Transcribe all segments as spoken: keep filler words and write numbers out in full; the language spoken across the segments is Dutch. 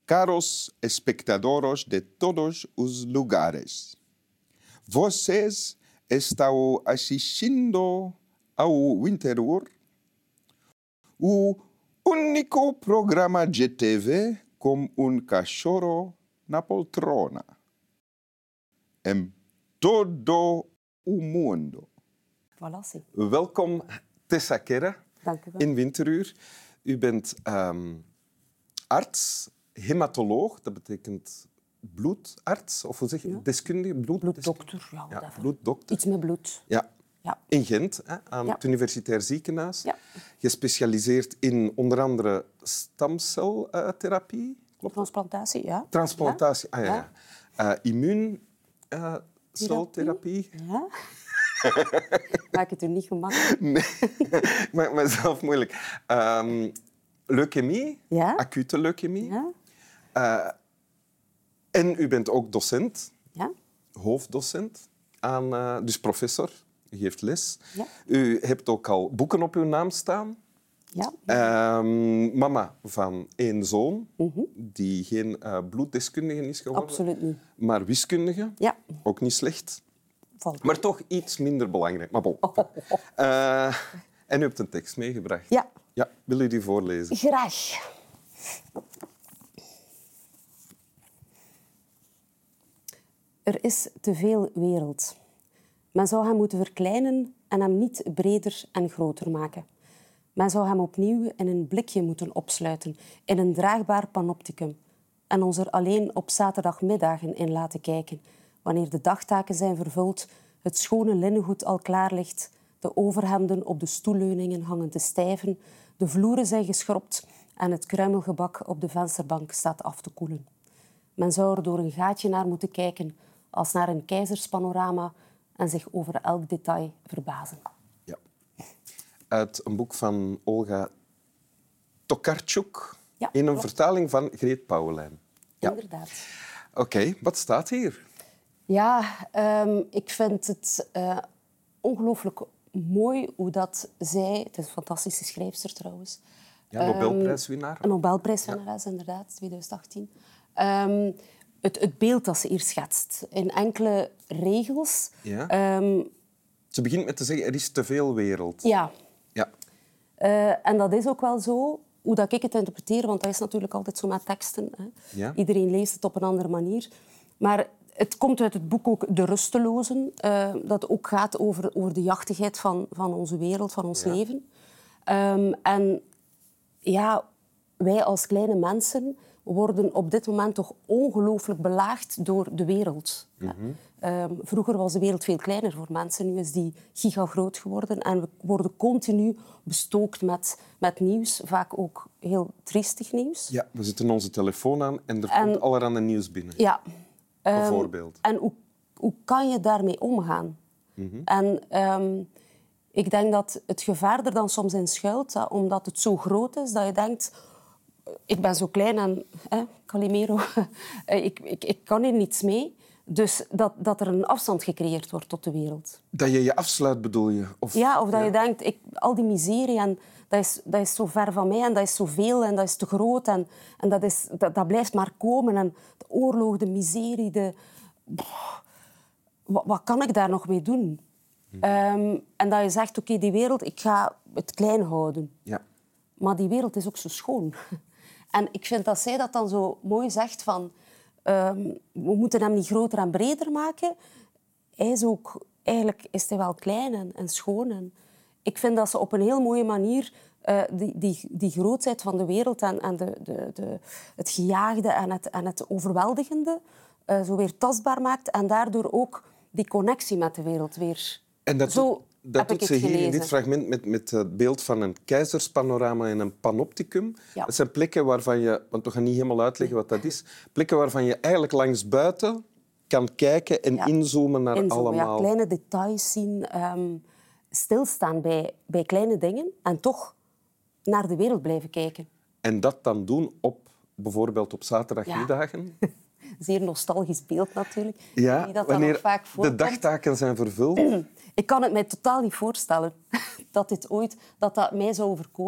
caros espectadores de todos os lugares. Vocês estão assistindo ao Winterthur, o único programa de T V com um cachorro na poltrona. Em todo o mundo. Voilà, zie. Welkom, Tessa Kerre, Dank u wel. in Winterthur. U bent um, arts, hematoloog, dat betekent bloedarts, of hoe zeg je, Ja. deskundige, bloed, Bloeddokter, ja, ja, whatever. bloeddokter. Iets met bloed. Ja. Ja. In Gent, hè, aan Ja. het Universitair Ziekenhuis. Ja. Gespecialiseerd in onder andere stamceltherapie. Klopt? Transplantatie, ja. Transplantatie, ah ja. Ja. ja. Uh, immuunceltherapie. Ja. Maak het er niet gemakkelijk. Nee, ik maak mezelf moeilijk. Um, leukemie, Ja. acute leukemie. Ja. Uh, en u bent ook docent, Ja. hoofddocent, aan, uh, dus professor. U geeft les. Ja. U hebt ook al boeken op uw naam staan. Ja. Um, mama van één zoon, Mhm. die geen uh, bloeddeskundige is geworden, Absoluut niet. maar wiskundige. Ja. Ook niet slecht. Valt. Maar toch iets minder belangrijk. Maar bon. Uh, en u hebt een tekst meegebracht. Ja. Ja, wil u die voorlezen? Graag. Er is te veel wereld. Men zou hem moeten verkleinen en hem niet breder en groter maken. Men zou hem opnieuw in een blikje moeten opsluiten, in een draagbaar panopticum, en ons er alleen op zaterdagmiddagen in laten kijken, wanneer de dagtaken zijn vervuld, het schone linnengoed al klaar ligt, de overhemden op de stoelleuningen hangen te stijven, de vloeren zijn geschropt en het kruimelgebak op de vensterbank staat af te koelen. Men zou er door een gaatje naar moeten kijken, als naar een keizerspanorama, en zich over elk detail verbazen. Ja. Uit een boek van Olga Tokarczuk, Ja, in een klopt. vertaling van Greet Pauwelijn. Ja. Inderdaad. Oké, okay, wat staat hier? Ja, um, ik vind het uh, ongelooflijk mooi hoe dat zij... Het is een fantastische schrijfster trouwens. Ja, Nobelprijswinnaar. Um, een Nobelprijswinnaar, ja. Inderdaad, twintig achttien. Um, het, het beeld dat ze hier schetst, in enkele regels... Ja. Um, ze begint met te zeggen, er is te veel wereld. Ja. Ja. Uh, en dat is ook wel zo, hoe dat ik het interpreteer, want dat is natuurlijk altijd zo met teksten. Hè. Ja. Iedereen leest het op een andere manier. Maar het komt uit het boek ook De Rustelozen, uh, dat ook gaat over, over de jachtigheid van, van onze wereld, van ons ja. leven. Um, en ja, wij als kleine mensen worden op dit moment toch ongelooflijk belaagd door de wereld. Mm-hmm. Um, vroeger was de wereld veel kleiner voor mensen. Nu is die gigagroot geworden. En we worden continu bestookt met, met nieuws. Vaak ook heel triestig nieuws. Ja, we zetten onze telefoon aan en er en, komt allerhande nieuws binnen. Ja. Um, Bijvoorbeeld. En hoe, hoe kan je daarmee omgaan? Mm-hmm. En um, ik denk dat het gevaar er dan soms in schuilt, dat omdat het zo groot is, dat je denkt... Ik ben zo klein en... Eh, Calimero, ik, ik, ik kan hier niets mee. Dus dat, dat er een afstand gecreëerd wordt tot de wereld. Dat je je afsluit, bedoel je? Of, ja, of dat ja. je denkt, ik, al die miserie, en dat, is, dat is zo ver van mij en dat is zoveel en dat is te groot. En, en dat, is, dat, dat blijft maar komen. En de oorlog, de miserie, de... Wat, wat kan ik daar nog mee doen? Hm. Um, en dat je zegt, oké, okay, die wereld, ik ga het klein houden. Ja. Maar die wereld is ook zo schoon. En ik vind dat zij dat dan zo mooi zegt van... Um, we moeten hem niet groter en breder maken. Hij is ook... Eigenlijk is hij wel klein en, en schoon. En ik vind dat ze op een heel mooie manier uh, die, die, die grootheid van de wereld en, en de, de, de, het gejaagde en het, en het overweldigende uh, zo weer tastbaar maakt. En daardoor ook die connectie met de wereld weer... En dat zo dat doet ze hier gelezen. in dit fragment met, met het beeld van een keizerspanorama en een panopticum. Ja. Dat zijn plekken waarvan je... Want we gaan niet helemaal uitleggen wat dat is. Plekken waarvan je eigenlijk langs buiten kan kijken en ja. inzoomen naar inzoomen, allemaal... Ja, kleine details zien, um, stilstaan bij, bij kleine dingen en toch naar de wereld blijven kijken. En dat dan doen op, bijvoorbeeld op zaterdagmiddagen... Ja. Zeer nostalgisch beeld natuurlijk. Ja, dat wanneer dan vaak de dagtaken zijn vervuld. Ik kan het mij totaal niet voorstellen dat dit ooit dat dat mij zou overkomen.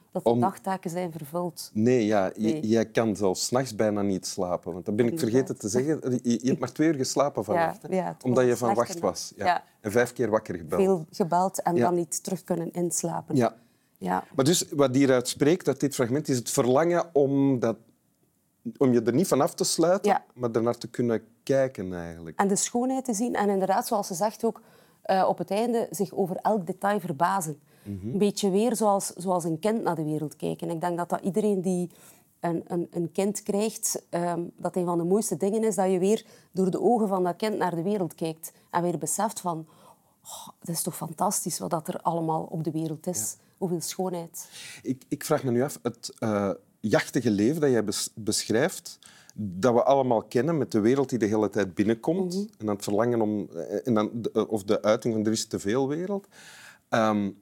dat de Om... dagtaken zijn vervuld. Nee, ja, Nee. Je, jij kan zelfs 's nachts bijna niet slapen. Want dat ben ik vergeten te zeggen. Je, je hebt maar twee uur geslapen vannacht. Ja, ja, omdat je van slechte wacht nacht. was. Ja. Ja. En vijf keer wakker gebeld. Veel gebeld en Ja. dan niet terug kunnen inslapen. Ja. Ja. Maar dus wat hieruit spreekt, uit dit fragment, is het verlangen om, dat, om je er niet van af te sluiten, Ja. maar ernaar te kunnen kijken eigenlijk. En de schoonheid te zien. En inderdaad, zoals ze zegt ook, uh, op het einde zich over elk detail verbazen. Mm-hmm. Een beetje weer zoals, zoals een kind naar de wereld kijken. Ik denk dat, dat iedereen die een, een, een kind krijgt, um, dat een van de mooiste dingen is dat je weer door de ogen van dat kind naar de wereld kijkt. En weer beseft van, oh, het is toch fantastisch wat dat er allemaal op de wereld is. Ja. Hoeveel schoonheid. Ik, ik vraag me nu af, het uh, jachtige leven dat jij bes- beschrijft, dat we allemaal kennen met de wereld die de hele tijd binnenkomt, mm-hmm. en dan het verlangen om... En dan de, of de uiting van er is te veel wereld. Um,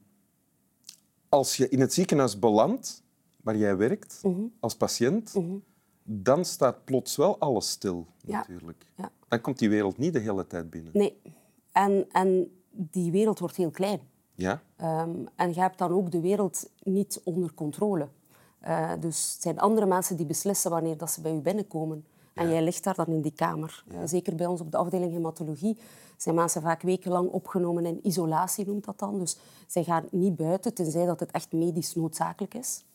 als je in het ziekenhuis belandt, waar jij werkt, mm-hmm. als patiënt, mm-hmm. dan staat plots wel alles stil, ja. natuurlijk. Ja. Dan komt die wereld niet de hele tijd binnen. Nee. En, en die wereld wordt heel klein. Ja. Um, en je hebt dan ook de wereld niet onder controle. Uh, dus het zijn andere mensen die beslissen wanneer dat ze bij u binnenkomen. Ja. En jij ligt daar dan in die kamer. Ja. Uh, zeker bij ons op de afdeling hematologie zijn mensen vaak wekenlang opgenomen in isolatie, noemt dat dan. Dus zij gaan niet buiten, tenzij dat het echt medisch noodzakelijk is.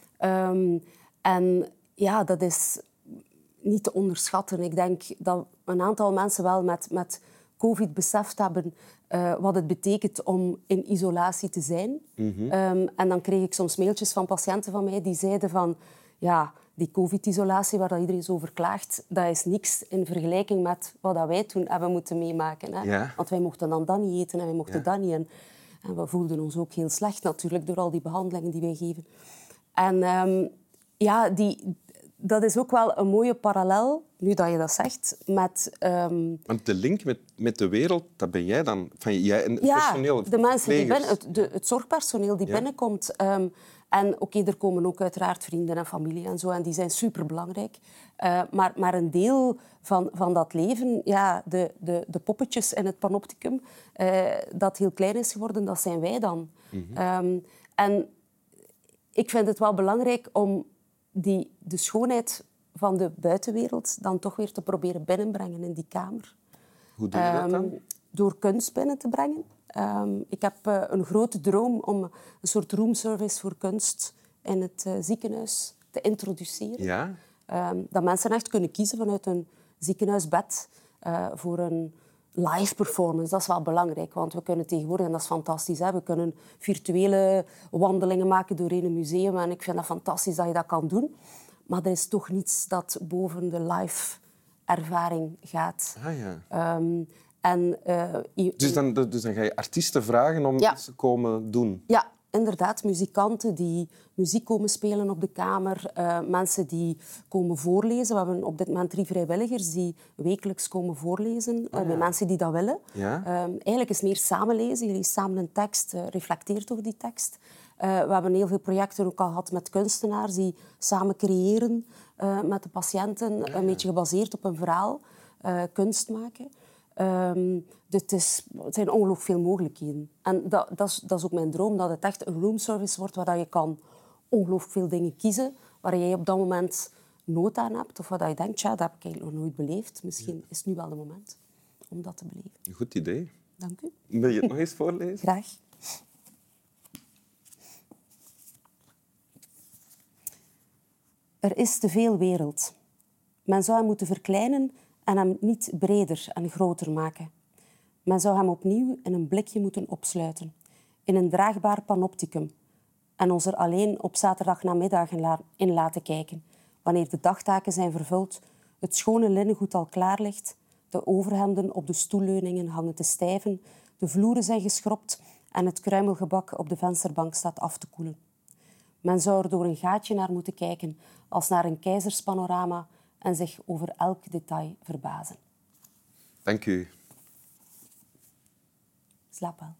Um, en ja, dat is niet te onderschatten. Ik denk dat een aantal mensen wel met, met COVID beseft hebben uh, wat het betekent om in isolatie te zijn. Mm-hmm. Um, en dan kreeg ik soms mailtjes van patiënten van mij die zeiden van... Ja, die COVID-isolatie waar dat iedereen zo over klaagt, dat is niks in vergelijking met wat dat wij toen hebben moeten meemaken. Hè? Ja. Want wij mochten dan dat niet eten en wij mochten ja. dat niet. En, en we voelden ons ook heel slecht natuurlijk door al die behandelingen die wij geven. En um, ja, die... Dat is ook wel een mooie parallel, nu dat je dat zegt, met... Um... Want de link met, met de wereld, dat ben jij dan? Van jij en het ja, personeel? de mensen die binnen, het, de, het zorgpersoneel die ja. binnenkomt. Um, en oké, okay, er komen ook uiteraard vrienden en familie en zo, en die zijn superbelangrijk. Uh, maar, maar een deel van, van dat leven, ja, de, de, de poppetjes in het panopticum, uh, dat heel klein is geworden, dat zijn wij dan. Mm-hmm. Um, en ik vind het wel belangrijk om die, de schoonheid van de buitenwereld dan toch weer te proberen binnenbrengen in die kamer. Hoe doe je dat dan? Um, door kunst binnen te brengen. Um, ik heb uh, een grote droom om een soort roomservice voor kunst in het uh, ziekenhuis te introduceren. Ja? Um, dat mensen echt kunnen kiezen vanuit een ziekenhuisbed uh, voor een live performance. Dat is wel belangrijk, want we kunnen tegenwoordig, en dat is fantastisch, hè, we kunnen virtuele wandelingen maken door een museum en ik vind dat fantastisch dat je dat kan doen. Maar er is toch niets dat boven de live ervaring gaat. Ah, ja. Um, en, uh, je, dus, dan, dus dan ga je artiesten vragen om ja. iets te komen doen? Ja, inderdaad. Muzikanten die muziek komen spelen op de kamer. Uh, mensen die komen voorlezen. We hebben op dit moment drie vrijwilligers die wekelijks komen voorlezen. Uh, oh, ja. Bij mensen die dat willen. Ja? Uh, eigenlijk is het meer samenlezen. Je leest samen een tekst, uh, reflecteert over die tekst. Uh, we hebben heel veel projecten ook al gehad met kunstenaars die samen creëren uh, met de patiënten. Ja. Een beetje gebaseerd op een verhaal. Uh, kunst maken. Um, dit is, het zijn ongelooflijk veel mogelijkheden. En dat, dat, is, dat is ook mijn droom, dat het echt een roomservice wordt waar je kan ongelooflijk veel dingen kiezen, waar jij op dat moment nood aan hebt, of waar je denkt, ja, dat heb ik eigenlijk nog nooit beleefd. Misschien ja. is het nu wel het moment om dat te beleven. Een goed idee. Dank u. Wil je het nog eens voorlezen? Graag. Er is te veel wereld. Men zou hem moeten verkleinen en hem niet breder en groter maken. Men zou hem opnieuw in een blikje moeten opsluiten, in een draagbaar panopticum, en ons er alleen op zaterdagnamiddag in laten kijken, wanneer de dagtaken zijn vervuld, het schone linnengoed al klaar ligt, de overhemden op de stoelleuningen hangen te stijven, de vloeren zijn geschrobt en het kruimelgebak op de vensterbank staat af te koelen. Men zou er door een gaatje naar moeten kijken, als naar een keizerspanorama, en zich over elk detail verbazen. Dank u. Slaap wel.